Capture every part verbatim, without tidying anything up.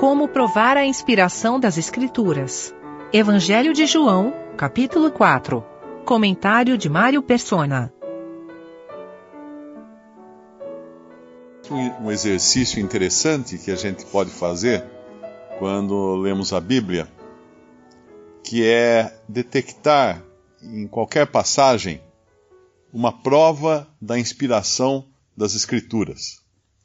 Como provar a inspiração das Escrituras. Evangelho de João, capítulo quatro. Comentário de Mário Persona. Um exercício interessante que a gente pode fazer quando lemos a Bíblia, que é detectar em qualquer passagem uma prova da inspiração das Escrituras.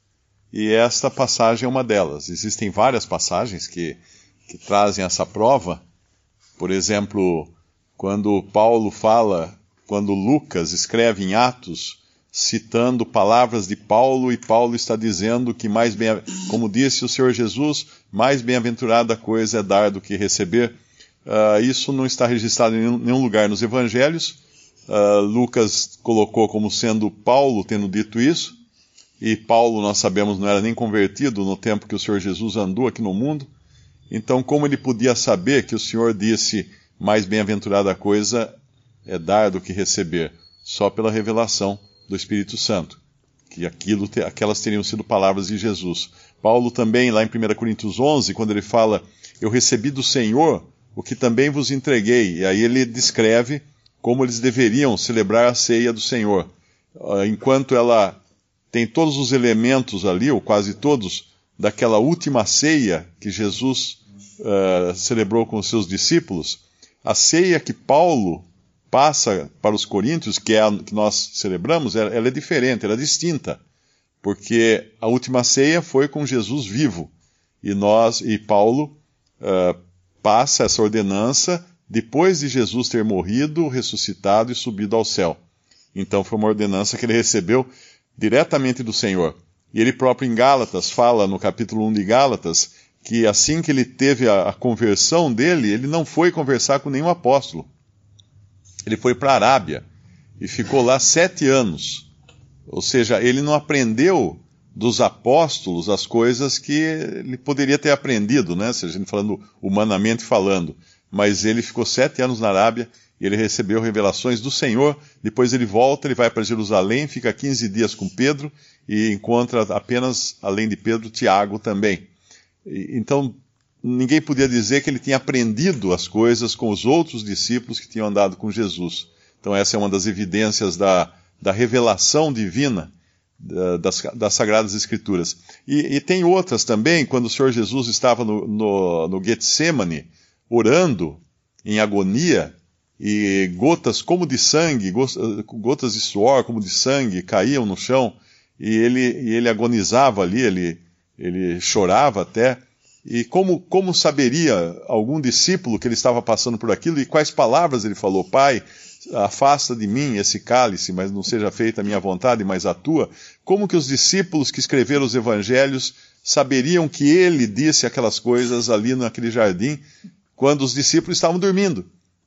E esta passagem é uma delas. Existem várias passagens que, que trazem essa prova. Por exemplo, quando Paulo fala, quando Lucas escreve em Atos, citando palavras de Paulo, e Paulo está dizendo que, mais bem, como disse o Senhor Jesus, mais bem-aventurada coisa é dar do que receber. Uh, isso não está registrado em nenhum lugar nos Evangelhos. Uh, Lucas colocou como sendo Paulo tendo dito isso, e Paulo, nós sabemos, não era nem convertido no tempo que o Senhor Jesus andou aqui no mundo. Então, como ele podia saber que o Senhor disse mais bem-aventurada coisa é dar do que receber? Só pela revelação do Espírito Santo, que aquilo, aquelas teriam sido palavras de Jesus. Paulo também, lá em primeira Coríntios onze, quando ele fala, eu recebi do Senhor o que também vos entreguei, e aí ele descreve como eles deveriam celebrar a ceia do Senhor. Enquanto ela tem todos os elementos ali, ou quase todos, daquela última ceia que Jesus uh, celebrou com os seus discípulos, a ceia que Paulo passa para os coríntios, que é a que nós celebramos, ela, ela é diferente, ela é distinta, porque a última ceia foi com Jesus vivo, e nós, e Paulo uh, passa essa ordenança depois de Jesus ter morrido, ressuscitado e subido ao céu. Então foi uma ordenança que ele recebeu diretamente do Senhor. E ele próprio em Gálatas fala, no capítulo um de Gálatas, que assim que ele teve a, a conversão dele, ele não foi conversar com nenhum apóstolo. Ele foi para a Arábia e ficou lá sete anos. Ou seja, ele não aprendeu dos apóstolos as coisas que ele poderia ter aprendido, né? Se a gente falando humanamente falando. Mas ele ficou sete anos na Arábia e ele recebeu revelações do Senhor. Depois ele volta, ele vai para Jerusalém, fica quinze dias com Pedro e encontra apenas, além de Pedro, Tiago também. E, então, ninguém podia dizer que ele tinha aprendido as coisas com os outros discípulos que tinham andado com Jesus. Então essa é uma das evidências da, da revelação divina da, das, das Sagradas Escrituras. E, e tem outras também, quando o Senhor Jesus estava no, no, no Getsêmani, orando em agonia, e gotas como de sangue, gotas de suor como de sangue caíam no chão, e ele, e ele agonizava ali, ele, ele chorava até. E como, como saberia algum discípulo que ele estava passando por aquilo, e quais palavras ele falou? Pai, afasta de mim esse cálice, mas não seja feita a minha vontade, mas a tua. Como que os discípulos que escreveram os evangelhos saberiam que ele disse aquelas coisas ali naquele jardim, quando os discípulos estavam dormindo?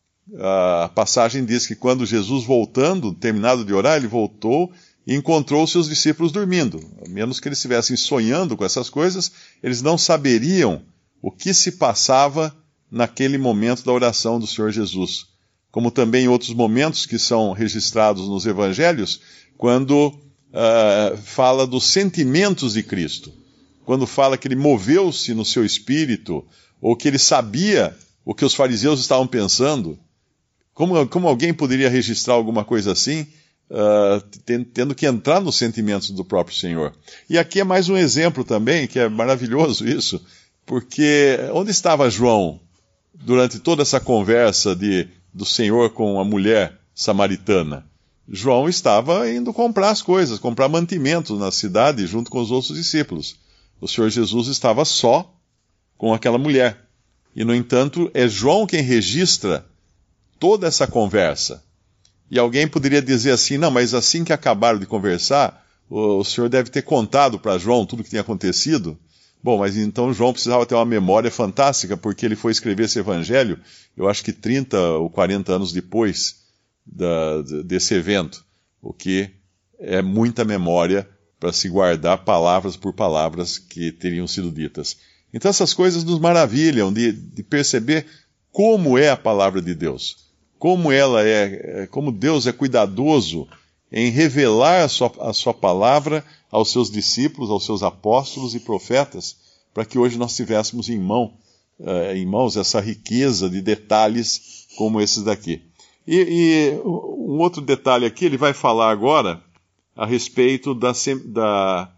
A passagem diz que quando Jesus, voltando, terminado de orar, ele voltou e encontrou os seus discípulos dormindo. A menos que eles estivessem sonhando com essas coisas, eles não saberiam o que se passava naquele momento da oração do Senhor Jesus. Como também em outros momentos que são registrados nos evangelhos, quando uh, fala dos sentimentos de Cristo. Quando fala que ele moveu-se no seu espírito, ou que ele sabia o que os fariseus estavam pensando. Como, como alguém poderia registrar alguma coisa assim, uh, tendo que entrar nos sentimentos do próprio Senhor? E aqui é mais um exemplo também, que é maravilhoso isso, porque onde estava João durante toda essa conversa de, do Senhor com a mulher samaritana? João estava indo comprar as coisas, comprar mantimentos na cidade junto com os outros discípulos. O Senhor Jesus estava só com aquela mulher. E, no entanto, é João quem registra toda essa conversa. E alguém poderia dizer assim, não, mas assim que acabaram de conversar, o, o Senhor deve ter contado para João tudo o que tinha acontecido. Bom, mas então João precisava ter uma memória fantástica, porque ele foi escrever esse evangelho, eu acho que trinta ou quarenta anos depois da, desse evento, o que é muita memória para se guardar palavras por palavras que teriam sido ditas. Então essas coisas nos maravilham de, de perceber como é a palavra de Deus, como ela é, como Deus é cuidadoso em revelar a sua, a sua palavra aos seus discípulos, aos seus apóstolos e profetas, para que hoje nós tivéssemos em, mão, uh, em mãos essa riqueza de detalhes como esses daqui. E, e um outro detalhe aqui, ele vai falar agora a respeito da, da,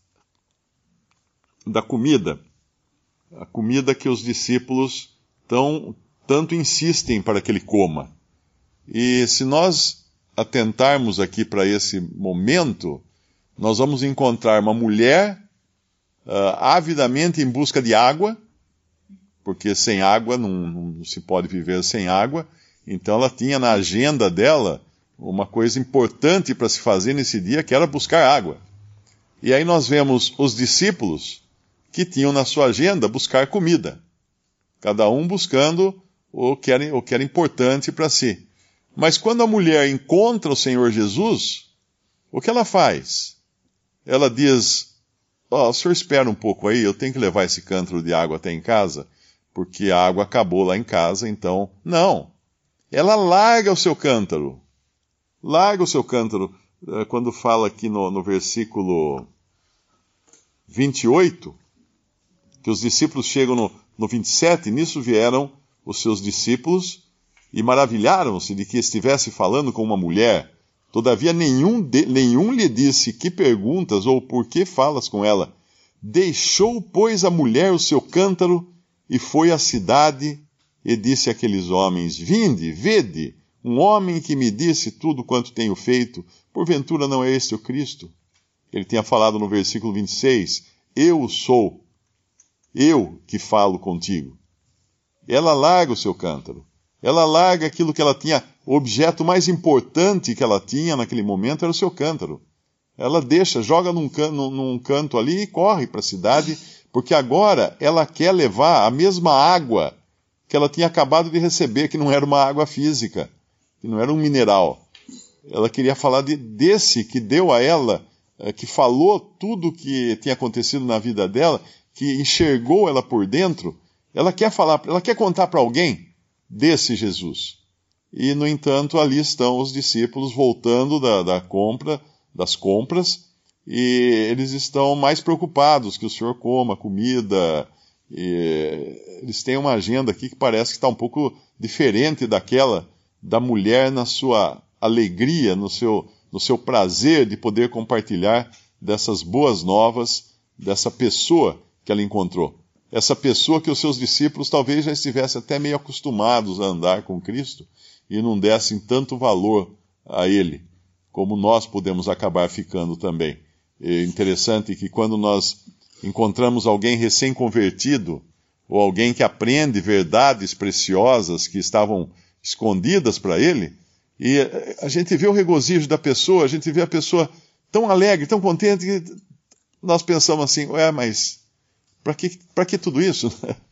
da comida, a comida que os discípulos tão, tanto insistem para que ele coma. E se nós atentarmos aqui para esse momento, nós vamos encontrar uma mulher uh, avidamente em busca de água, porque sem água não, não se pode viver sem água. Então ela tinha na agenda dela uma coisa importante para se fazer nesse dia, que era buscar água. E aí nós vemos os discípulos que tinham na sua agenda buscar comida, cada um buscando o que era, o que era importante para si. Mas quando a mulher encontra o Senhor Jesus, o que ela faz? Ela diz, ó, oh, o senhor espera um pouco aí, eu tenho que levar esse cântaro de água até em casa, porque a água acabou lá em casa, então... Não, ela larga o seu cântaro. Larga o seu cântaro. Quando fala aqui no, no versículo vinte e oito, que os discípulos chegam no, no vinte e sete, nisso vieram os seus discípulos e maravilharam-se de que estivesse falando com uma mulher. Todavia nenhum, de, nenhum lhe disse que perguntas ou por que falas com ela. Deixou, pois, a mulher o seu cântaro e foi à cidade e disse àqueles homens, vinde, vede, um homem que me disse tudo quanto tenho feito, porventura não é este o Cristo? Ele tinha falado no versículo vinte e seis, eu sou, eu que falo contigo. Ela larga o seu cântaro. Ela larga aquilo que ela tinha, o objeto mais importante que ela tinha naquele momento era o seu cântaro. Ela deixa, joga num, can, num, num canto ali e corre para a cidade, porque agora ela quer levar a mesma água que ela tinha acabado de receber, que não era uma água física, que não era um mineral. Ela queria falar de, desse que deu a ela, que falou tudo o que tinha acontecido na vida dela, que enxergou ela por dentro. Ela quer falar, ela quer contar para alguém desse Jesus. E, no entanto, ali estão os discípulos voltando da, da compra, das compras, e eles estão mais preocupados que o Senhor coma comida. E eles têm uma agenda aqui que parece que está um pouco diferente daquela da mulher na sua alegria, no seu, no seu prazer de poder compartilhar dessas boas novas, dessa pessoa que ela encontrou. Essa pessoa que os seus discípulos talvez já estivessem até meio acostumados a andar com Cristo e não dessem tanto valor a Ele, como nós podemos acabar ficando também. É interessante que quando nós encontramos alguém recém-convertido, ou alguém que aprende verdades preciosas que estavam escondidas para ele, e a gente vê o regozijo da pessoa, a gente vê a pessoa tão alegre, tão contente, que nós pensamos assim, ué, mas para que, para que tudo isso?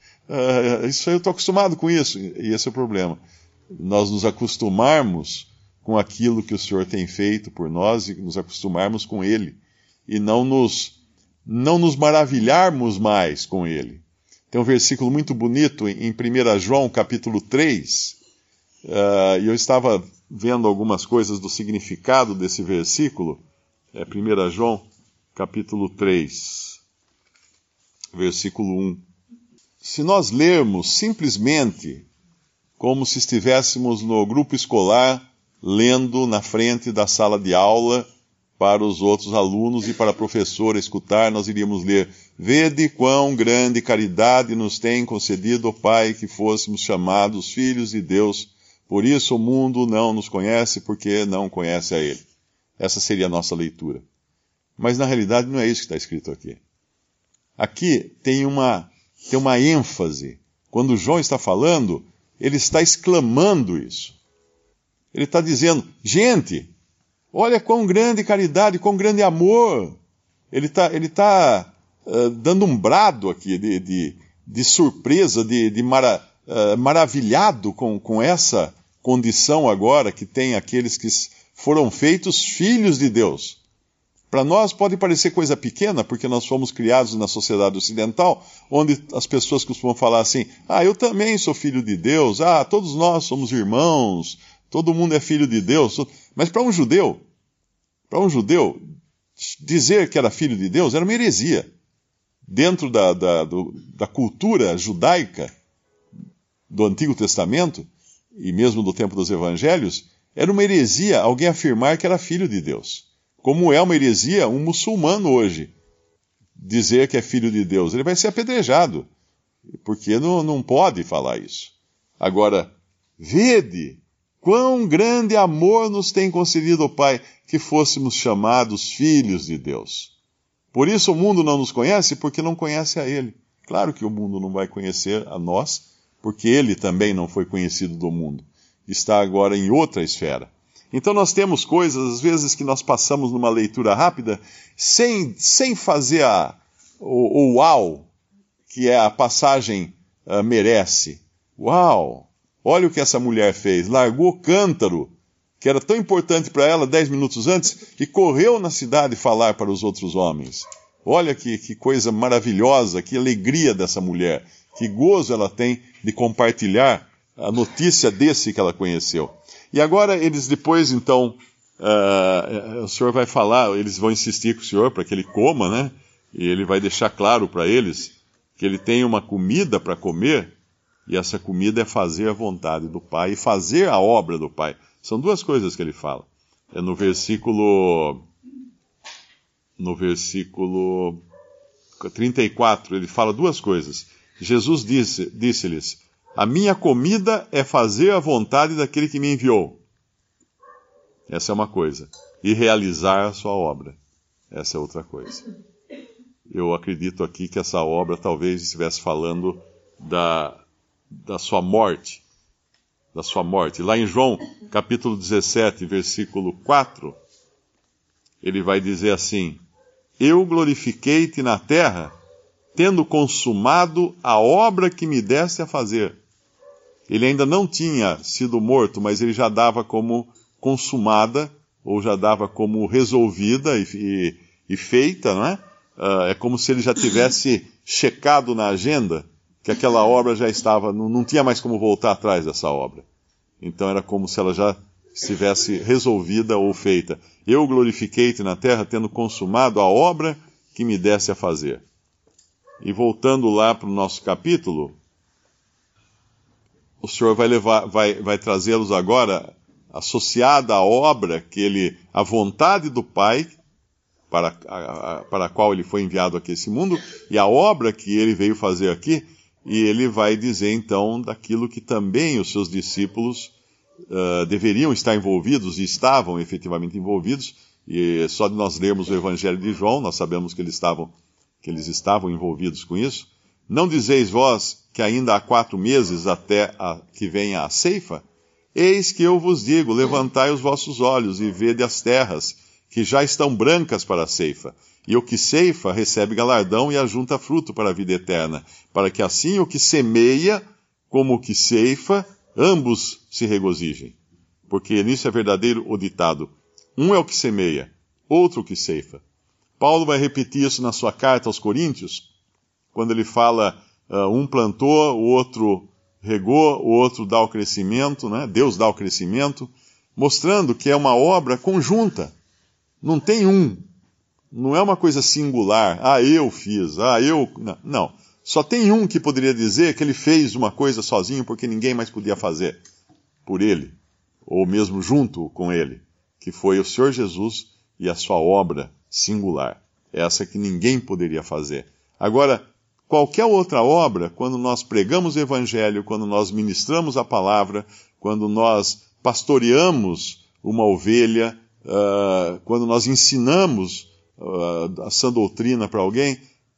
uh, isso eu estou acostumado com isso, e esse é o problema. Nós nos acostumarmos com aquilo que o Senhor tem feito por nós e nos acostumarmos com Ele, e não nos, não nos maravilharmos mais com Ele. Tem um versículo muito bonito em primeiro João, capítulo três, uh, e eu estava vendo algumas coisas do significado desse versículo. É primeiro João, capítulo três, versículo um. Se nós lermos simplesmente como se estivéssemos no grupo escolar, lendo na frente da sala de aula para os outros alunos e para a professora escutar, nós iríamos ler: vede quão grande caridade nos tem concedido o Pai, que fôssemos chamados filhos de Deus. Por isso o mundo não nos conhece, porque não conhece a Ele. Essa seria a nossa leitura. Mas na realidade não é isso que está escrito aqui. Aqui tem uma, tem uma ênfase. Quando João está falando, ele está exclamando isso. Ele está dizendo, gente, olha quão grande caridade, quão grande amor. Ele está ele tá, uh, dando um brado aqui de, de, de surpresa, de, de mara, uh, maravilhado com, com essa condição agora que tem aqueles que foram feitos filhos de Deus. Para nós pode parecer coisa pequena, porque nós fomos criados na sociedade ocidental, onde as pessoas costumam falar assim, ah, eu também sou filho de Deus, ah, todos nós somos irmãos, todo mundo é filho de Deus. Mas para um judeu, para um judeu, dizer que era filho de Deus era uma heresia. dentro da, da, do, da cultura judaica do Antigo Testamento, e mesmo do tempo dos Evangelhos, era uma heresia alguém afirmar que era filho de Deus. Como é uma heresia um muçulmano hoje dizer que é filho de Deus. Ele vai ser apedrejado, porque não, não pode falar isso. Agora, vede quão grande amor nos tem concedido o Pai, que fôssemos chamados filhos de Deus. Por isso o mundo não nos conhece, porque não conhece a Ele. Claro que o mundo não vai conhecer a nós, porque Ele também não foi conhecido do mundo. Está agora em outra esfera. Então nós temos coisas, às vezes, que nós passamos numa leitura rápida, sem, sem fazer a, o, o uau, que é a passagem uh, merece. Uau! Olha o que essa mulher fez. Largou o cântaro, que era tão importante para ela dez minutos antes, e correu na cidade falar para os outros homens. Olha que, que coisa maravilhosa, que alegria dessa mulher, que gozo ela tem de compartilhar a notícia desse que ela conheceu. E agora eles depois, então, uh, o senhor vai falar, eles vão insistir com o senhor para que ele coma, né? E ele vai deixar claro para eles que ele tem uma comida para comer, e essa comida é fazer a vontade do Pai e fazer a obra do Pai. São duas coisas que ele fala. É no versículo... No versículo trinta e quatro, ele fala duas coisas. Jesus disse, disse-lhes, a minha comida é fazer a vontade daquele que me enviou. Essa é uma coisa. E realizar a sua obra. Essa é outra coisa. Eu acredito aqui que essa obra talvez estivesse falando da, da sua morte. Da sua morte. Lá em João, capítulo dezessete, versículo quatro, ele vai dizer assim, eu glorifiquei-te na terra, tendo consumado a obra que me deste a fazer. Ele ainda não tinha sido morto, mas ele já dava como consumada, ou já dava como resolvida e, e, e feita, não é? Uh, é como se ele já tivesse checado na agenda que aquela obra já estava, não, não tinha mais como voltar atrás dessa obra. Então era como se ela já estivesse resolvida ou feita. Eu glorifiquei-te na terra, tendo consumado a obra que me desse a fazer. E voltando lá para o nosso capítulo, o Senhor vai levar, vai, vai trazê-los agora associada à obra que ele, à vontade do Pai, para a, a, para a qual ele foi enviado aqui a esse mundo, e a obra que ele veio fazer aqui, e ele vai dizer então daquilo que também os seus discípulos uh, deveriam estar envolvidos, e estavam efetivamente envolvidos, e só de nós lermos o Evangelho de João, nós sabemos que eles estavam, que eles estavam envolvidos com isso. Não dizeis vós que ainda há quatro meses até a, que venha a ceifa? Eis que eu vos digo, levantai os vossos olhos e vede as terras, que já estão brancas para a ceifa. E o que ceifa recebe galardão e ajunta fruto para a vida eterna, para que assim o que semeia, como o que ceifa, ambos se regozijem. Porque nisso é verdadeiro o ditado, um é o que semeia, outro o que ceifa. Paulo vai repetir isso na sua carta aos Coríntios, quando ele fala, uh, um plantou, o outro regou, o outro dá o crescimento, né? Deus dá o crescimento, mostrando que é uma obra conjunta. Não tem um. Não é uma coisa singular. Ah, eu fiz. Ah, eu... Não. Não. Só tem um que poderia dizer que ele fez uma coisa sozinho porque ninguém mais podia fazer por ele, ou mesmo junto com ele, que foi o Senhor Jesus e a sua obra singular. Essa que ninguém poderia fazer. Agora, qualquer outra obra, quando nós pregamos o Evangelho, quando nós ministramos a palavra, quando nós pastoreamos uma ovelha, uh, quando nós ensinamos uh, a sã doutrina para alguém,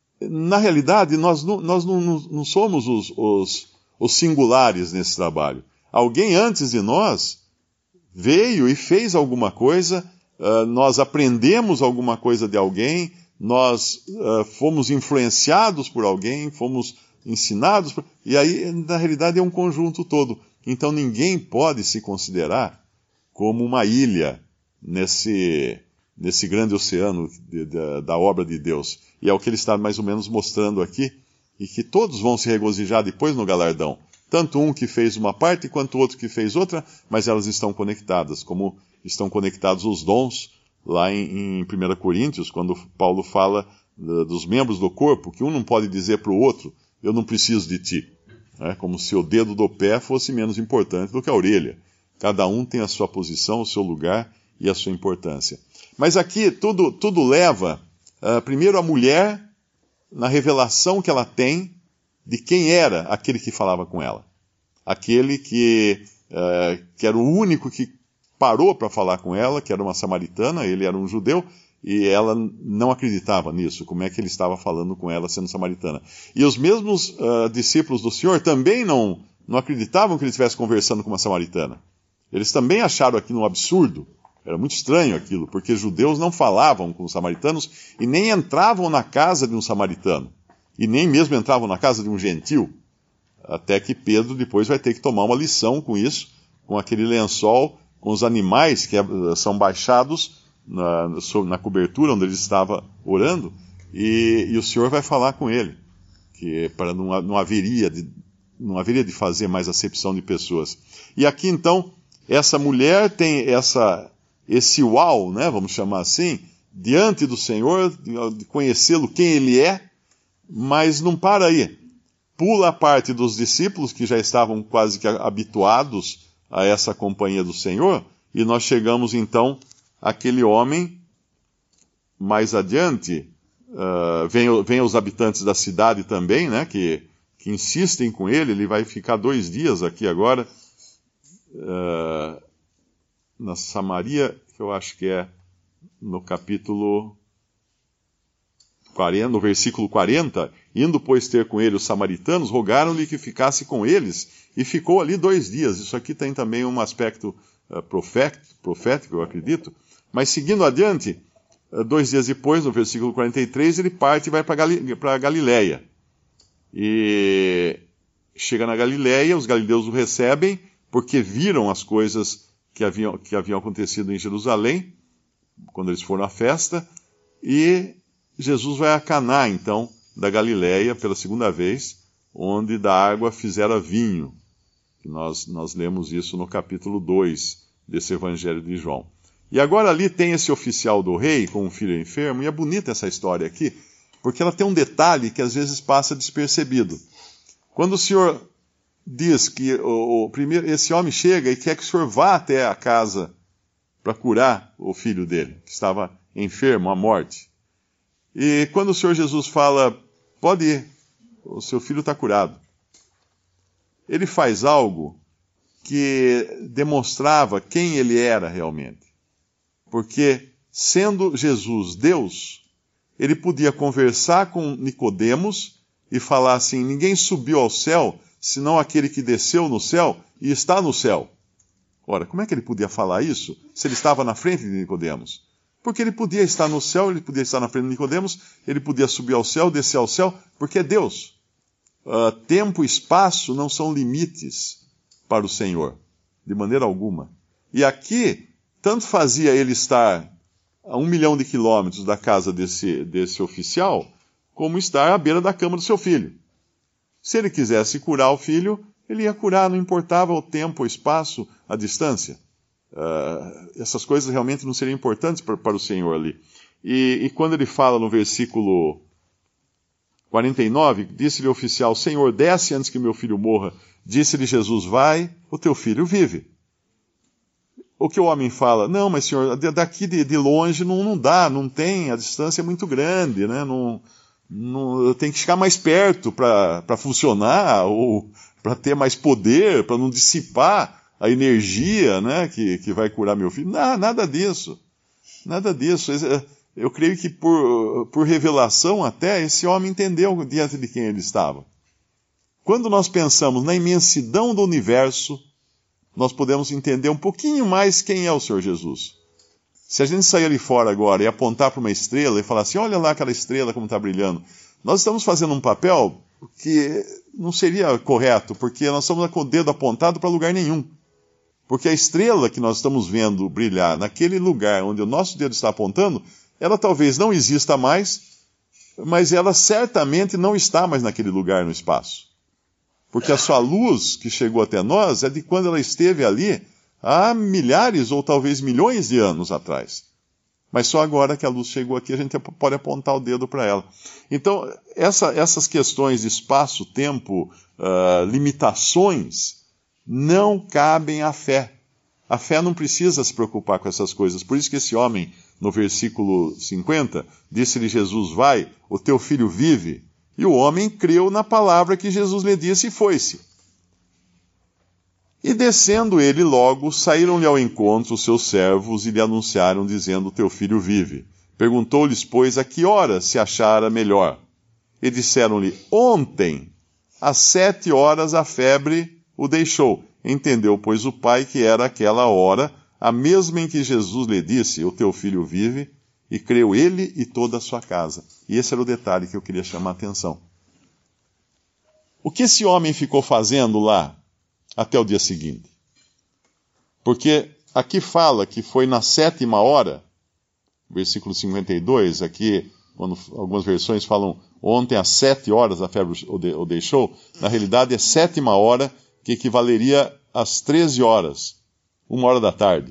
na realidade nós não, nós não, não somos os, os, os singulares nesse trabalho. Alguém antes de nós veio e fez alguma coisa, uh, nós aprendemos alguma coisa de alguém, nós uh, fomos influenciados por alguém, fomos ensinados, por... e aí na realidade é um conjunto todo. Então ninguém pode se considerar como uma ilha nesse, nesse grande oceano de, de, da obra de Deus. E é o que ele está mais ou menos mostrando aqui, e que todos vão se regozijar depois no galardão. Tanto um que fez uma parte, quanto o outro que fez outra, mas elas estão conectadas, como estão conectados os dons, lá em, em primeira Coríntios, quando Paulo fala dos membros do corpo, que um não pode dizer para o outro, eu não preciso de ti. É como se o dedo do pé fosse menos importante do que a orelha. Cada um tem a sua posição, o seu lugar e a sua importância. Mas aqui tudo, tudo leva, uh, primeiro a mulher, na revelação que ela tem de quem era aquele que falava com ela. Aquele que, uh, que era o único que parou para falar com ela, que era uma samaritana, ele era um judeu, e ela não acreditava nisso, como é que ele estava falando com ela sendo samaritana. E os mesmos uh, discípulos do Senhor também não, não acreditavam que ele estivesse conversando com uma samaritana. Eles também acharam aquilo um absurdo. Era muito estranho aquilo, porque judeus não falavam com os samaritanos e nem entravam na casa de um samaritano. E nem mesmo entravam na casa de um gentil. Até que Pedro depois vai ter que tomar uma lição com isso, com aquele lençol, com os animais que são baixados Na, na cobertura onde ele estava orando, e, e o Senhor vai falar com ele, que para não, não, haveria de, não haveria de fazer mais acepção de pessoas. E aqui então, essa mulher tem essa, esse uau, né, vamos chamar assim, diante do Senhor, de, de conhecê-lo, quem ele é, mas não para aí. Pula a parte dos discípulos, que já estavam quase que habituados a essa companhia do Senhor, e nós chegamos então aquele homem, mais adiante, uh, vem, vem os habitantes da cidade também, né, que, que insistem com ele. Ele vai ficar dois dias aqui agora, uh, na Samaria, que eu acho que é no capítulo quarenta, no versículo quarenta, indo, pois, ter com ele os samaritanos, rogaram-lhe que ficasse com eles, e ficou ali dois dias. Isso aqui tem também um aspecto uh, profético, profético, eu acredito. Mas seguindo adiante, dois dias depois, no versículo quarenta e três, ele parte e vai para a Galileia. E chega na Galileia, os galileus o recebem, porque viram as coisas que haviam, que haviam acontecido em Jerusalém, quando eles foram à festa, e Jesus vai a Caná, então, da Galileia, pela segunda vez, onde da água fizera vinho. Nós, nós lemos isso no capítulo dois desse Evangelho de João. E agora ali tem esse oficial do rei com um filho enfermo, e é bonita essa história aqui, porque ela tem um detalhe que às vezes passa despercebido. Quando o Senhor diz que o, o primeiro, esse homem chega e quer que o Senhor vá até a casa para curar o filho dele, que estava enfermo, à morte. E quando o Senhor Jesus fala, pode ir, o seu filho está curado, ele faz algo que demonstrava quem ele era realmente. Porque, sendo Jesus Deus, ele podia conversar com Nicodemos e falar assim, ninguém subiu ao céu, senão aquele que desceu no céu e está no céu. Ora, como é que ele podia falar isso, se ele estava na frente de Nicodemos? Porque ele podia estar no céu, ele podia estar na frente de Nicodemos, ele podia subir ao céu, descer ao céu, porque é Deus. Uh, tempo e espaço não são limites para o Senhor, de maneira alguma. E aqui, tanto fazia ele estar a um milhão de quilômetros da casa desse, desse oficial, como estar à beira da cama do seu filho. Se ele quisesse curar o filho, ele ia curar, não importava o tempo, o espaço, a distância. Uh, essas coisas realmente não seriam importantes para, para o Senhor ali. E, e quando ele fala no versículo quarenta e nove, disse-lhe o oficial, Senhor, desce antes que meu filho morra. Disse-lhe Jesus, vai, o teu filho vive. O que o homem fala? Não, mas senhor, daqui de, de longe não, não dá, não tem, a distância é muito grande, né? Não, não, tem que chegar mais perto para funcionar, ou para ter mais poder, para não dissipar a energia, né, que, que vai curar meu filho. Não, nada disso, nada disso. Eu creio que por, por revelação até, esse homem entendeu diante de quem ele estava. Quando nós pensamos na imensidão do universo, nós podemos entender um pouquinho mais quem é o Senhor Jesus. Se a gente sair ali fora agora e apontar para uma estrela e falar assim, olha lá aquela estrela como está brilhando, nós estamos fazendo um papel que não seria correto, porque nós estamos com o dedo apontado para lugar nenhum. Porque a estrela que nós estamos vendo brilhar naquele lugar onde o nosso dedo está apontando, ela talvez não exista mais, mas ela certamente não está mais naquele lugar no espaço. Porque a sua luz que chegou até nós é de quando ela esteve ali há milhares ou talvez milhões de anos atrás. Mas só agora que a luz chegou aqui, a gente pode apontar o dedo para ela. Então, essa, essas questões de espaço, tempo, uh, limitações, não cabem à fé. A fé não precisa se preocupar com essas coisas. Por isso que esse homem, no versículo cinquenta, disse-lhe Jesus: vai, o teu filho vive. E o homem creu na palavra que Jesus lhe disse e foi-se. E descendo ele logo, saíram-lhe ao encontro os seus servos e lhe anunciaram, dizendo: teu filho vive. Perguntou-lhes, pois, a que hora se achara melhor? E disseram-lhe: ontem, às sete horas, a febre o deixou. Entendeu, pois, o pai que era aquela hora, a mesma em que Jesus lhe disse: o teu filho vive, e creu ele e toda a sua casa. E esse era o detalhe que eu queria chamar a atenção. O que esse homem ficou fazendo lá até o dia seguinte? Porque aqui fala que foi na sétima hora, versículo cinquenta e dois, aqui, quando algumas versões falam ontem às sete horas a febre o deixou, na realidade é sétima hora, que equivaleria às treze horas, uma hora da tarde.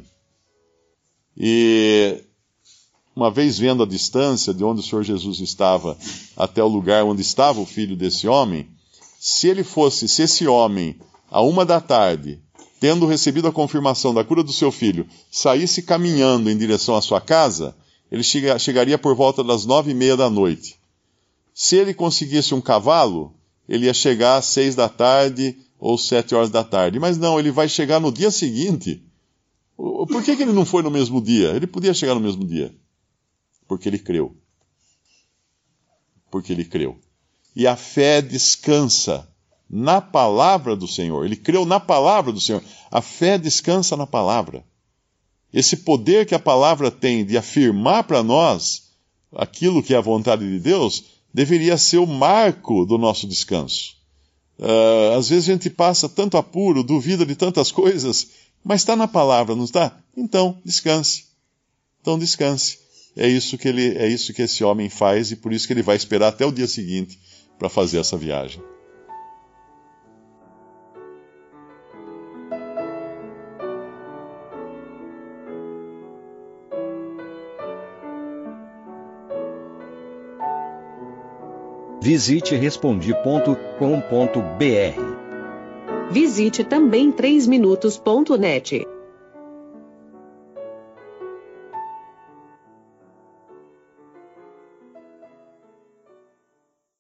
E uma vez vendo a distância de onde o Senhor Jesus estava até o lugar onde estava o filho desse homem, se ele fosse, se esse homem, a uma da tarde, tendo recebido a confirmação da cura do seu filho, saísse caminhando em direção à sua casa, ele chega, chegaria por volta das nove e meia da noite. Se ele conseguisse um cavalo, ele ia chegar às seis da tarde ou sete horas da tarde. Mas não, ele vai chegar no dia seguinte. Por que que ele não foi no mesmo dia? Ele podia chegar no mesmo dia. Porque ele creu. Porque ele creu. E a fé descansa na palavra do Senhor. Ele creu na palavra do Senhor. A fé descansa na palavra. Esse poder que a palavra tem de afirmar para nós aquilo que é a vontade de Deus, deveria ser o marco do nosso descanso. Uh, às vezes a gente passa tanto apuro, duvida de tantas coisas, mas está na palavra, não está? Então, descanse. Então, descanse. É isso que ele, é isso que esse homem faz, e por isso que ele vai esperar até o dia seguinte para fazer essa viagem. Visite respondi ponto com ponto br. Visite também três minutos ponto net.